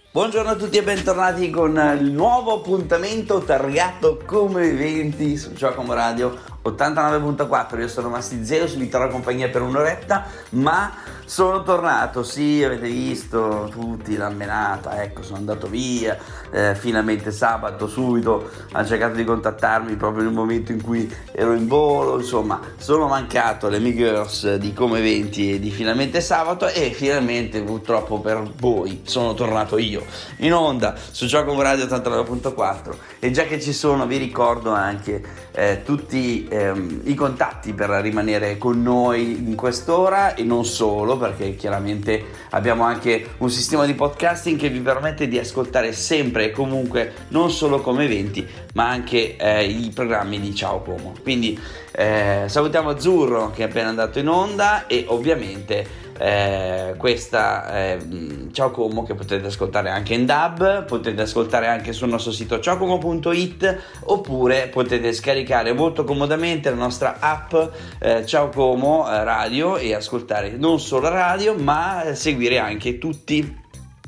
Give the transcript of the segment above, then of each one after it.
Buongiorno a tutti e bentornati con il nuovo appuntamento targato come eventi su Giacomo Radio 89.4. Io sono Massi Zeus, vi terrò compagnia per un'oretta, ma sono tornato, sì, avete visto tutti la menata, ecco, sono andato via, finalmente sabato subito ha cercato di contattarmi proprio nel momento in cui ero in volo, insomma sono mancato alle mie girls di come eventi e di finalmente sabato, e finalmente purtroppo per voi sono tornato io in onda su Giacomo Radio 89.4. E già che ci sono, vi ricordo anche tutti i contatti per rimanere con noi in quest'ora, e non solo, perché chiaramente abbiamo anche un sistema di podcasting che vi permette di ascoltare sempre e comunque non solo come eventi, ma anche i programmi di Ciao Como. Quindi salutiamo Azzurro che è appena andato in onda, e ovviamente questa Ciao Como che potete ascoltare anche in DAB, potete ascoltare anche sul nostro sito ciaocomo.it, oppure potete scaricare molto comodamente la nostra app Ciao Como Radio e ascoltare non solo radio, ma seguire anche tutte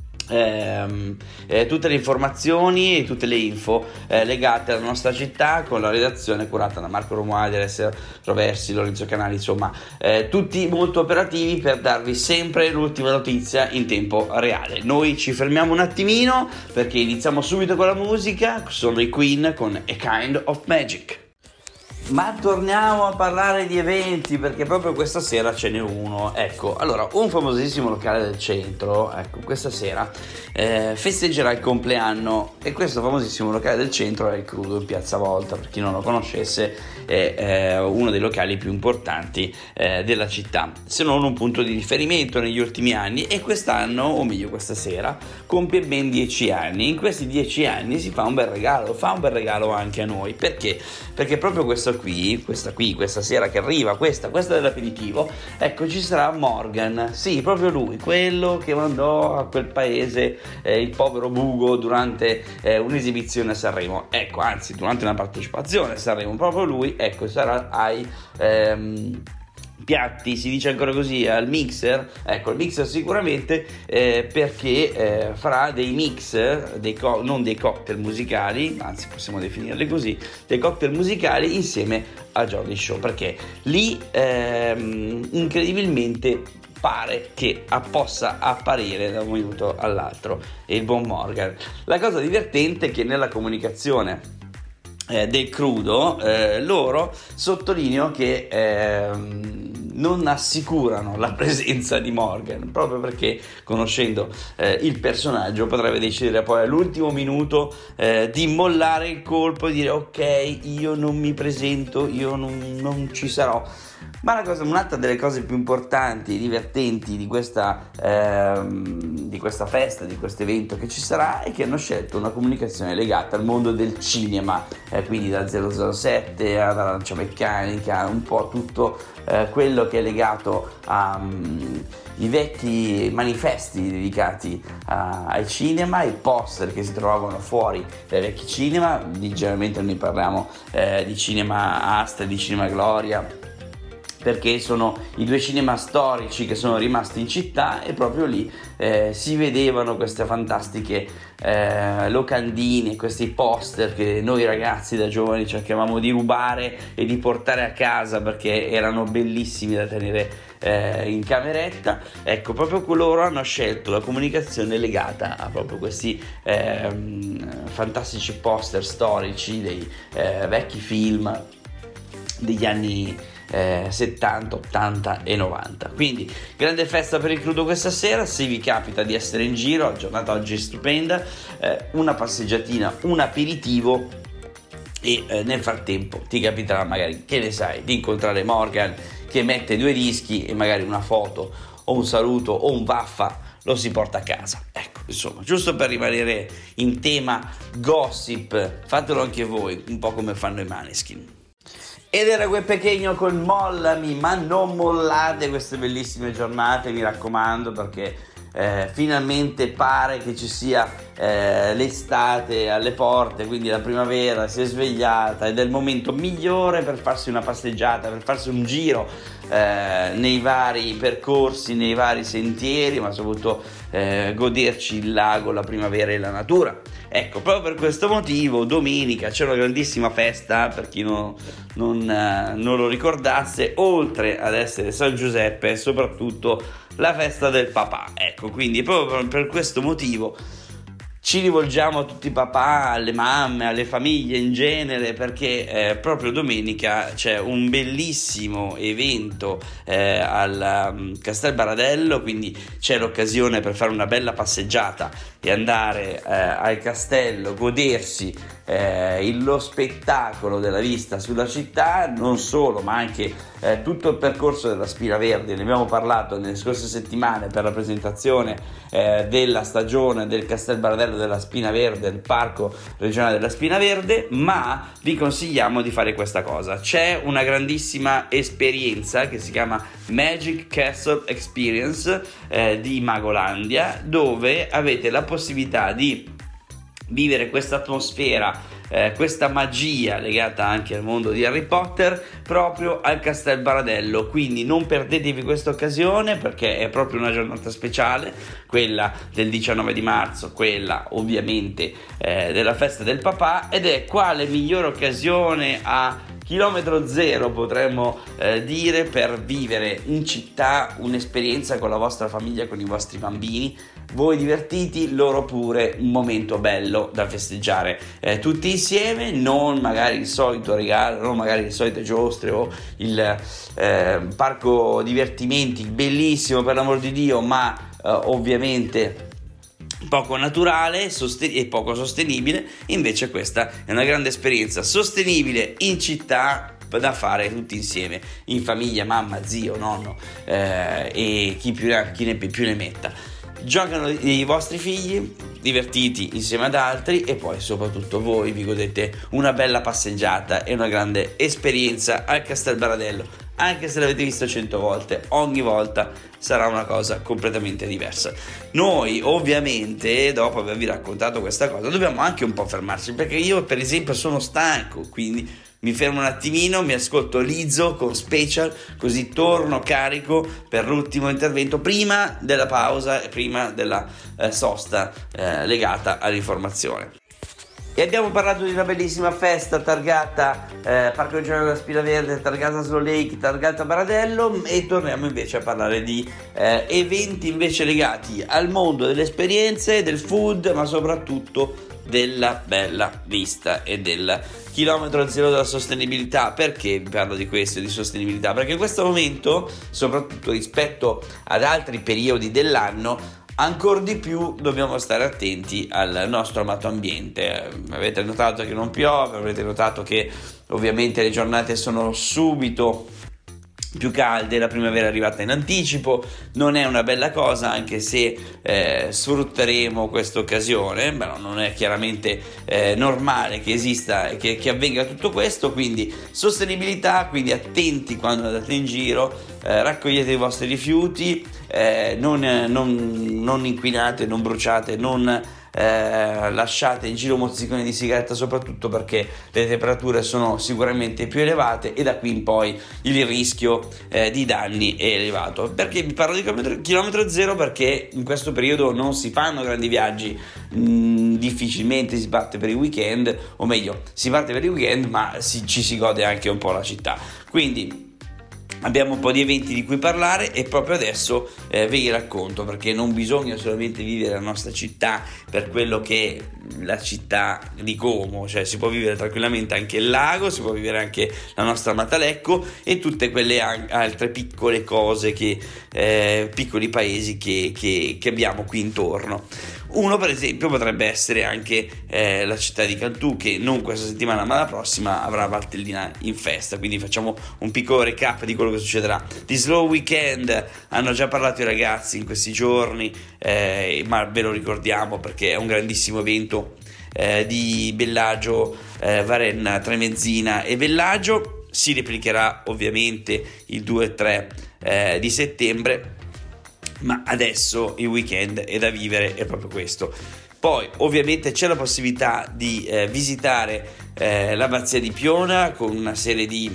le informazioni e tutte le info legate alla nostra città, con la redazione curata da Marco Romualdi, Alessia Roversi, Lorenzo Canali, insomma tutti molto operativi per darvi sempre l'ultima notizia in tempo reale. Noi ci fermiamo un attimino perché iniziamo subito con la musica. Sono i Queen con A Kind of Magic. Ma torniamo a parlare di eventi, perché proprio questa sera ce n'è uno. Ecco, allora, un famosissimo locale del centro, ecco, questa sera festeggerà il compleanno, e questo famosissimo locale del centro è il Crudo in Piazza Volta. Per chi non lo conoscesse, è uno dei locali più importanti della città, se non un punto di riferimento negli ultimi anni, e quest'anno, o meglio questa sera, compie ben 10 anni. In questi 10 anni si fa un bel regalo anche a noi. Perché? Perché proprio questa sera che arriva, questa dell'aperitivo, ecco, ci sarà Morgan, sì, proprio lui, quello che mandò a quel paese il povero Bugo durante un'esibizione a Sanremo, ecco, anzi durante una partecipazione a Sanremo, proprio lui, ecco, sarà ai piatti, si dice ancora così, al mixer, ecco, il mixer sicuramente, perché farà dei mix, non dei cocktail musicali, anzi possiamo definirli così, dei cocktail musicali insieme a Jordi Show, perché lì incredibilmente pare che possa apparire da un minuto all'altro il buon Morgan. La cosa divertente è che nella comunicazione del Crudo loro sottolineo che non assicurano la presenza di Morgan, proprio perché, conoscendo il personaggio, potrebbe decidere poi all'ultimo minuto di mollare il colpo e dire ok, io non mi presento, io non ci sarò. Ma un'altra delle cose più importanti e divertenti di questa festa, di questo evento che ci sarà, è che hanno scelto una comunicazione legata al mondo del cinema, quindi da 007 alla Lancia Meccanica, un po' tutto quello che è legato ai vecchi manifesti dedicati al cinema, i poster che si trovavano fuori dai vecchi cinema. Generalmente noi parliamo di Cinema Astra e di Cinema Gloria, perché sono i due cinema storici che sono rimasti in città, e proprio lì si vedevano queste fantastiche locandine, questi poster che noi ragazzi da giovani cercavamo di rubare e di portare a casa perché erano bellissimi da tenere in cameretta. Ecco, proprio loro hanno scelto la comunicazione legata a proprio questi fantastici poster storici dei vecchi film degli anni 70, 80 e 90. Quindi grande festa per il Crudo questa sera. Se vi capita di essere in giro, la giornata oggi è stupenda, una passeggiatina, un aperitivo, e nel frattempo ti capiterà magari, che ne sai, di incontrare Morgan che mette due dischi e magari una foto o un saluto o un vaffa lo si porta a casa. Ecco, insomma, giusto per rimanere in tema gossip, fatelo anche voi, un po' come fanno i Maneskin. Ed era quel Pechegno con Mollami, ma non mollate queste bellissime giornate, mi raccomando, perché finalmente pare che ci sia l'estate alle porte, quindi la primavera si è svegliata ed è il momento migliore per farsi una passeggiata, per farsi un giro nei vari percorsi, nei vari sentieri, ma soprattutto goderci il lago, la primavera e la natura. Ecco, proprio per questo motivo domenica c'è una grandissima festa, per chi non lo ricordasse, oltre ad essere San Giuseppe è soprattutto la festa del papà. Ecco, quindi proprio per questo motivo ci rivolgiamo a tutti i papà, alle mamme, alle famiglie in genere, perché proprio domenica c'è un bellissimo evento al Castel Baradello, quindi c'è l'occasione per fare una bella passeggiata e andare al castello, godersi lo spettacolo della vista sulla città, non solo, ma anche tutto il percorso della Spina Verde. Ne abbiamo parlato nelle scorse settimane per la presentazione della stagione del Castel Baradello della Spina Verde, il parco regionale della Spina Verde, ma vi consigliamo di fare questa cosa. C'è una grandissima esperienza che si chiama Magic Castle Experience di Magolandia, dove avete la possibilità di vivere questa atmosfera, questa magia legata anche al mondo di Harry Potter proprio al Castel Baradello. Quindi non perdetevi questa occasione, perché è proprio una giornata speciale, quella del 19 di marzo, quella ovviamente della festa del papà, ed è quale migliore occasione a chilometro zero, potremmo dire, per vivere in città un'esperienza con la vostra famiglia, con i vostri bambini, voi divertiti, loro pure, un momento bello da festeggiare tutti insieme, non magari il solito regalo, non magari le solite giostre o il parco divertimenti bellissimo, per l'amor di Dio, ma ovviamente poco naturale e poco sostenibile. Invece questa è una grande esperienza sostenibile in città da fare tutti insieme, in famiglia, mamma, zio, nonno e chi ne più ne metta. Giocano i vostri figli, divertiti insieme ad altri, e poi soprattutto voi vi godete una bella passeggiata e una grande esperienza al Castel Baradello. Anche se l'avete visto 100 volte, ogni volta sarà una cosa completamente diversa. Noi ovviamente, dopo avervi raccontato questa cosa, dobbiamo anche un po' fermarci, perché io per esempio sono stanco, quindi mi fermo un attimino, mi ascolto Lizzo con Special, così torno carico per l'ultimo intervento prima della pausa e prima della sosta legata all'informazione. E abbiamo parlato di una bellissima festa targata Parco Regionale della Spina Verde, targata Slow Lake, targata Baradello, e torniamo invece a parlare di eventi invece legati al mondo delle esperienze, del food, ma soprattutto della bella vista e del chilometro zero della sostenibilità. Perché vi parlo di questo, di sostenibilità? Perché in questo momento, soprattutto rispetto ad altri periodi dell'anno, ancora di più dobbiamo stare attenti al nostro amato ambiente. Avete notato che non piove, avete notato che ovviamente le giornate sono subito più calde, la primavera è arrivata in anticipo, non è una bella cosa, anche se sfrutteremo questa occasione. Beh, non è chiaramente normale che esista e che avvenga tutto questo, quindi sostenibilità, quindi attenti quando andate in giro, raccogliete i vostri rifiuti, non inquinate, non bruciate, non lasciate in giro mozziconi di sigaretta, soprattutto perché le temperature sono sicuramente più elevate e da qui in poi il rischio di danni è elevato. Perché vi parlo di chilometro zero? Perché in questo periodo non si fanno grandi viaggi, difficilmente si parte per i weekend, o meglio si parte per i weekend, ma ci si gode anche un po' la città. Quindi abbiamo un po' di eventi di cui parlare e proprio adesso ve li racconto, perché non bisogna solamente vivere la nostra città per quello che è la città di Como, cioè si può vivere tranquillamente anche il lago, si può vivere anche la nostra amata Lecco e tutte quelle altre piccole cose piccoli paesi che abbiamo qui intorno. Uno per esempio potrebbe essere anche la città di Cantù, che non questa settimana ma la prossima avrà Valtellina in festa, quindi facciamo un piccolo recap di quello che succederà. Di Slow Weekend hanno già parlato i ragazzi in questi giorni, ma ve lo ricordiamo perché è un grandissimo evento di Bellagio, Varenna, Tremezzina e Bellagio. Si replicherà ovviamente il 2 e 3 di settembre. ma adesso il weekend è da vivere, è proprio questo. Poi ovviamente c'è la possibilità di visitare l'abbazia di Piona con una serie di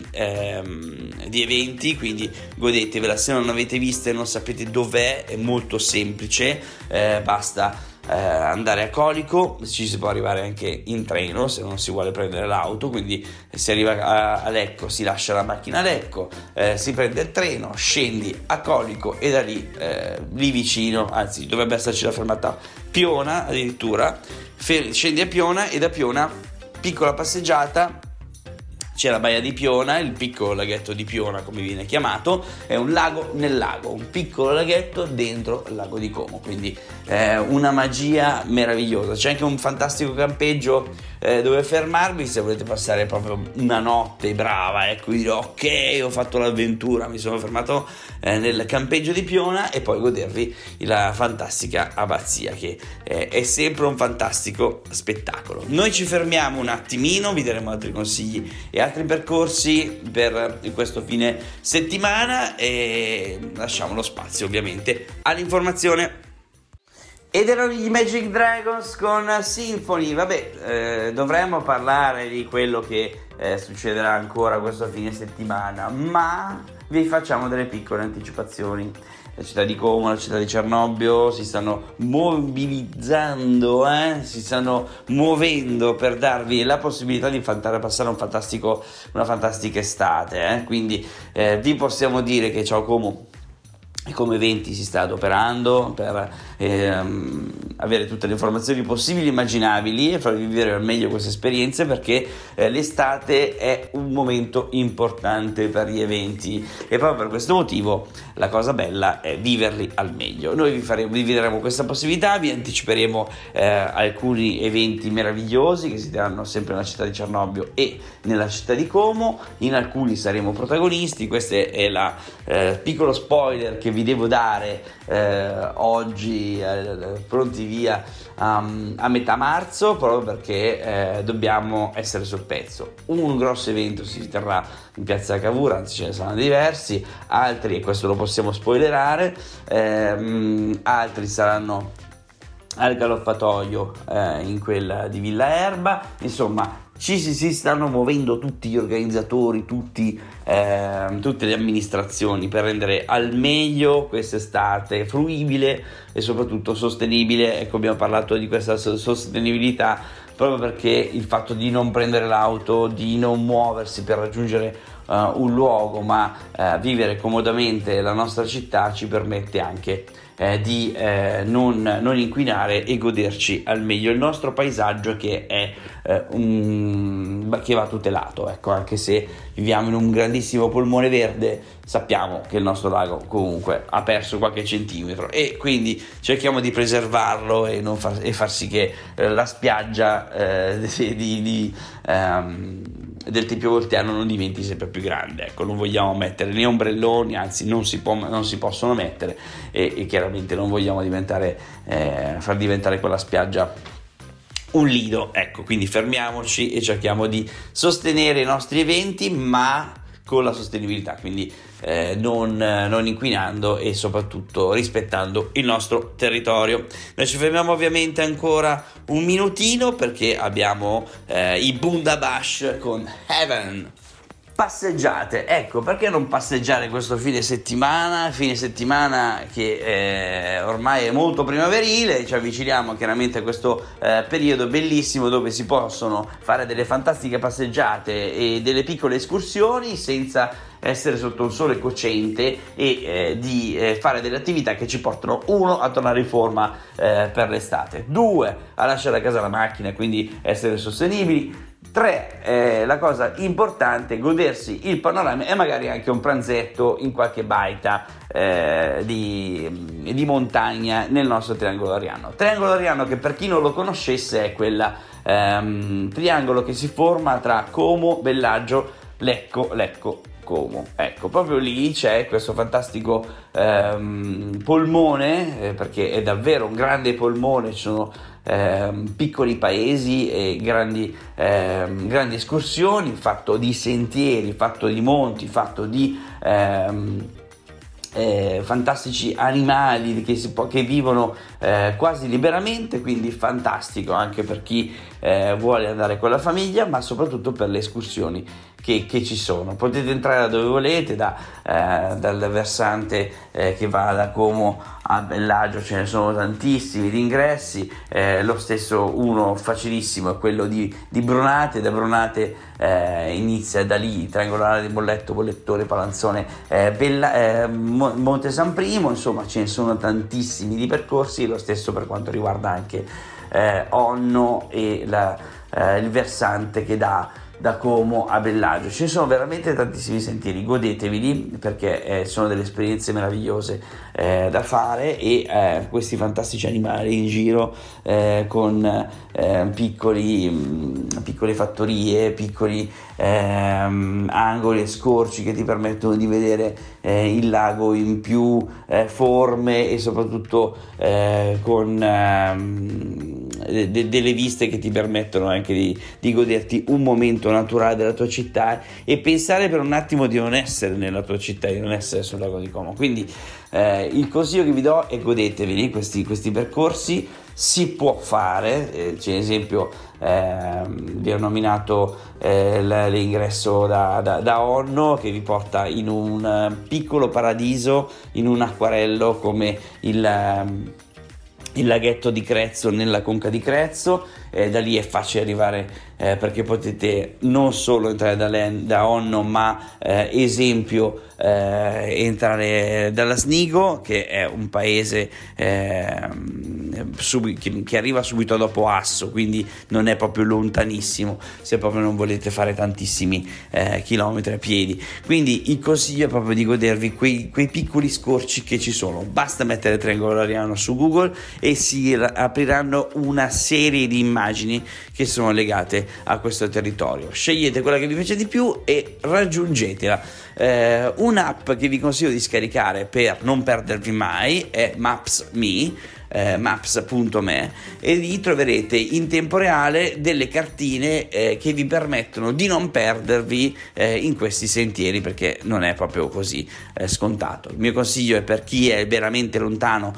eventi, quindi godetevela. Se non l'avete vista e non sapete dov'è, è molto semplice, basta andare a Colico, ci si può arrivare anche in treno se non si vuole prendere l'auto, quindi si arriva a Lecco, si lascia la macchina a Lecco, si prende il treno, scendi a Colico e da lì vicino, anzi dovrebbe esserci la fermata Piona addirittura, scendi a Piona e da Piona piccola passeggiata. C'è la baia di Piona, il piccolo laghetto di Piona come viene chiamato, è un lago nel lago, un piccolo laghetto dentro il lago di Como, quindi una magia meravigliosa. C'è anche un fantastico campeggio dove fermarvi se volete passare proprio una notte brava, ecco, dire ok, ho fatto l'avventura, mi sono fermato nel campeggio di Piona, e poi godervi la fantastica abbazia che è sempre un fantastico spettacolo. Noi ci fermiamo un attimino, vi daremo altri consigli e altri percorsi per questo fine settimana e lasciamo lo spazio ovviamente all'informazione. Ed erano gli Magic Dragons con Symphony. Dovremmo parlare di quello che succederà ancora questo fine settimana, ma vi facciamo delle piccole anticipazioni. La città di Como, la città di Cernobbio si stanno mobilizzando, si stanno muovendo per darvi la possibilità di passare una fantastica estate, quindi vi possiamo dire che Ciao Como e come eventi si sta adoperando per avere tutte le informazioni possibili e immaginabili e farvi vivere al meglio queste esperienze, perché l'estate è un momento importante per gli eventi e proprio per questo motivo la cosa bella è viverli al meglio. Noi vi daremo questa possibilità, vi anticiperemo alcuni eventi meravigliosi che si daranno sempre nella città di Cernobbio e nella città di Como. In alcuni saremo protagonisti, questo è la piccolo spoiler che vi devo dare oggi, pronti via a metà marzo, proprio perché dobbiamo essere sul pezzo. Un grosso evento si terrà in piazza Cavour, anzi ce ne saranno diversi, altri, e questo lo possiamo spoilerare, altri saranno al Galoppatoio in quella di Villa Erba. Insomma, ci si stanno muovendo tutti gli organizzatori, tutte le amministrazioni per rendere al meglio quest'estate fruibile e soprattutto sostenibile. Ecco, abbiamo parlato di questa sostenibilità proprio perché il fatto di non prendere l'auto, di non muoversi per raggiungere un luogo, ma vivere comodamente la nostra città ci permette anche di non inquinare e goderci al meglio il nostro paesaggio, che è che va tutelato. Ecco, anche se viviamo in un grandissimo polmone verde, sappiamo che il nostro lago comunque ha perso qualche centimetro e quindi cerchiamo di preservarlo e far sì che la spiaggia del Tempio Volturno non diventi sempre più grande. Ecco, non vogliamo mettere né ombrelloni, anzi non si possono mettere, e chiaramente non vogliamo far diventare quella spiaggia un lido. Ecco, quindi fermiamoci e cerchiamo di sostenere i nostri eventi, ma con la sostenibilità, quindi non inquinando e soprattutto rispettando il nostro territorio. Noi ci fermiamo ovviamente ancora un minutino perché abbiamo i Bundabash con Heaven. Passeggiate, ecco, perché non passeggiare questo fine settimana che ormai è molto primaverile. Ci avviciniamo chiaramente a questo periodo bellissimo dove si possono fare delle fantastiche passeggiate e delle piccole escursioni senza essere sotto un sole cocente e di fare delle attività che ci portano, 1, a tornare in forma per l'estate, 2, a lasciare a casa la macchina e quindi essere sostenibili, 3, la cosa importante, godersi il panorama e magari anche un pranzetto in qualche baita di montagna nel nostro Triangolo Ariano. Triangolo Ariano che, per chi non lo conoscesse, è quel triangolo che si forma tra Como, Bellaggio, Lecco, Como. Ecco, proprio lì c'è questo fantastico polmone, perché è davvero un grande polmone, ci sono piccoli paesi e grandi escursioni, fatto di sentieri, fatto di monti, fatto di fantastici animali che vivono quasi liberamente, quindi fantastico anche per chi vuole andare con la famiglia, ma soprattutto per le escursioni che ci sono. Potete entrare da dove volete, dal versante che va da Como a Bellagio, ce ne sono tantissimi di ingressi, lo stesso uno facilissimo è quello di Bronate. Da Bronate inizia da lì Triangolare di Bolletto, Bollettore, Palanzone, Monte San Primo, insomma ce ne sono tantissimi di percorsi. Lo stesso per quanto riguarda anche Onno e il versante che da Como a Bellagio. Ce ne sono veramente tantissimi sentieri, godeteveli perché sono delle esperienze meravigliose da fare, e questi fantastici animali in giro con piccole fattorie, piccoli angoli e scorci che ti permettono di vedere il lago in più forme, e soprattutto con delle viste che ti permettono anche di goderti un momento naturale della tua città e pensare per un attimo di non essere nella tua città, di non essere sul lago di Como. Quindi il consiglio che vi do è: godetevi questi percorsi. Si può fare, c'è esempio, vi ho nominato l'ingresso da Onno, che vi porta in un piccolo paradiso, in un acquarello come il laghetto di Crezzo nella conca di Crezzo. Da lì è facile arrivare perché potete non solo entrare da Onno, ma esempio entrare dalla Snigo, che è un paese che arriva subito dopo Asso, quindi non è proprio lontanissimo se proprio non volete fare tantissimi chilometri a piedi. Quindi il consiglio è proprio di godervi quei piccoli scorci che ci sono. Basta mettere Triangolo Lariano su Google e si apriranno una serie di immagini che sono legate a questo territorio. Scegliete quella che vi piace di più e raggiungetela. Un'app che vi consiglio di scaricare per non perdervi mai è Maps.me, maps.me, e lì troverete in tempo reale delle cartine che vi permettono di non perdervi in questi sentieri, perché non è proprio così scontato. Il mio consiglio è per chi è veramente lontano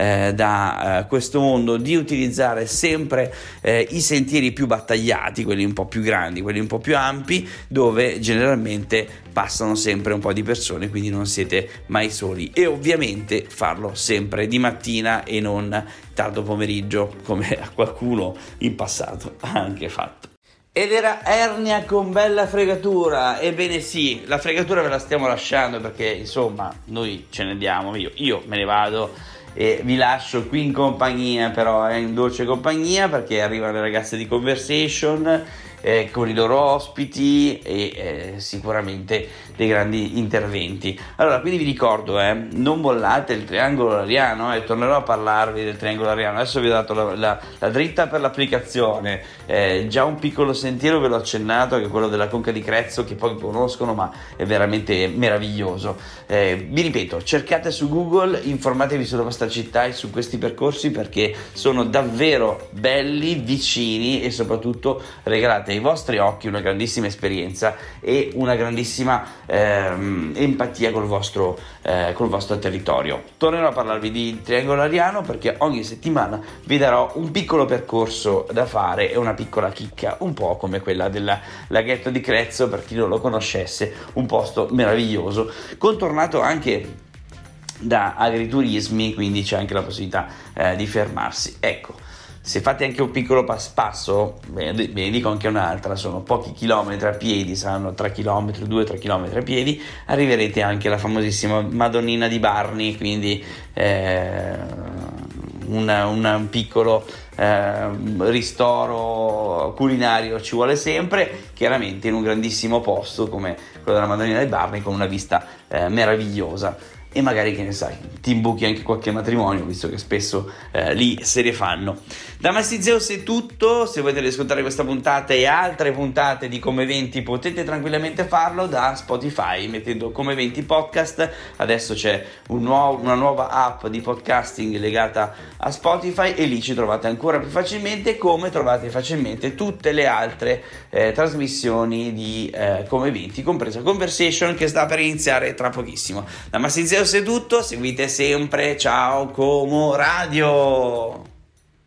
da questo mondo di utilizzare sempre i sentieri più battagliati, quelli un po' più grandi, quelli un po' più ampi, dove generalmente passano sempre un po' di persone, quindi non siete mai soli, e ovviamente farlo sempre di mattina e non tardo pomeriggio, come a qualcuno in passato ha anche fatto. Ed era ernia con bella fregatura. Ebbene sì, la fregatura ve la stiamo lasciando perché insomma noi ce ne andiamo, io me ne vado e vi lascio qui in compagnia, però in dolce compagnia, perché arrivano le ragazze di Conversation con i loro ospiti e sicuramente dei grandi interventi. Allora, quindi vi ricordo, non mollate il Triangolo Lariano, tornerò a parlarvi del Triangolo Lariano. Adesso vi ho dato la dritta per l'applicazione, già un piccolo sentiero ve l'ho accennato, che è quello della Conca di Crezzo, che pochi conoscono, ma è veramente meraviglioso. Vi ripeto, cercate su Google, informatevi sulla vostra città e su questi percorsi, perché sono davvero belli, vicini, e soprattutto regalate ai vostri occhi una grandissima esperienza e una grandissima empatia col vostro territorio. Tornerò a parlarvi di Triangolo Lariano perché ogni settimana vi darò un piccolo percorso da fare e una piccola chicca, un po' come quella del laghetto di Crezzo, per chi non lo conoscesse, un posto meraviglioso, contornato anche da agriturismi, quindi c'è anche la possibilità di fermarsi. Ecco, se fate anche un piccolo passo, ve ne dico anche un'altra, sono pochi chilometri a piedi, saranno 2-3 chilometri a piedi, arriverete anche alla famosissima Madonnina di Barni, quindi un piccolo ristoro culinario ci vuole sempre, chiaramente in un grandissimo posto come quello della Madonnina di Barni, con una vista meravigliosa. E magari, che ne sai, ti imbuchi anche qualche matrimonio, visto che spesso lì se ne fanno. Da Massi Zeus è tutto. Se volete riscontrare questa puntata e altre puntate di Come Eventi, potete tranquillamente farlo da Spotify mettendo Come Eventi Podcast. Adesso c'è una nuova app di podcasting legata a Spotify, e lì ci trovate ancora più facilmente, come trovate facilmente tutte le altre trasmissioni di Come Eventi, compresa Conversation, che sta per iniziare tra pochissimo. Da Massi Zeus fosse tutto, seguite sempre Ciao Como Radio.